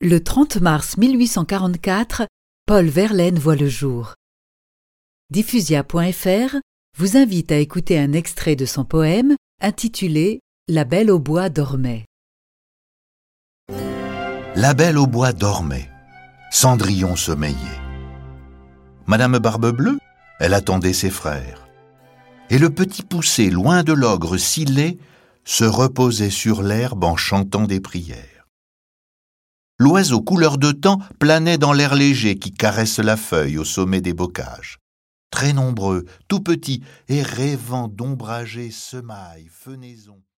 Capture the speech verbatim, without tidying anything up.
Le trente mars mille huit cent quarante-quatre, Paul Verlaine voit le jour. Diffusia point F R vous invite à écouter un extrait de son poème intitulé « La Belle au bois dormait ». La Belle au bois dormait, Cendrillon sommeillait. Madame Barbe-Bleue, elle attendait ses frères. Et le petit poucet, loin de l'ogre si laid, se reposait sur l'herbe en chantant des prières. L'oiseau couleur de temps planait dans l'air léger qui caresse la feuille au sommet des bocages. Très nombreux, tout petits et rêvant d'ombrager semailles, fenaisons.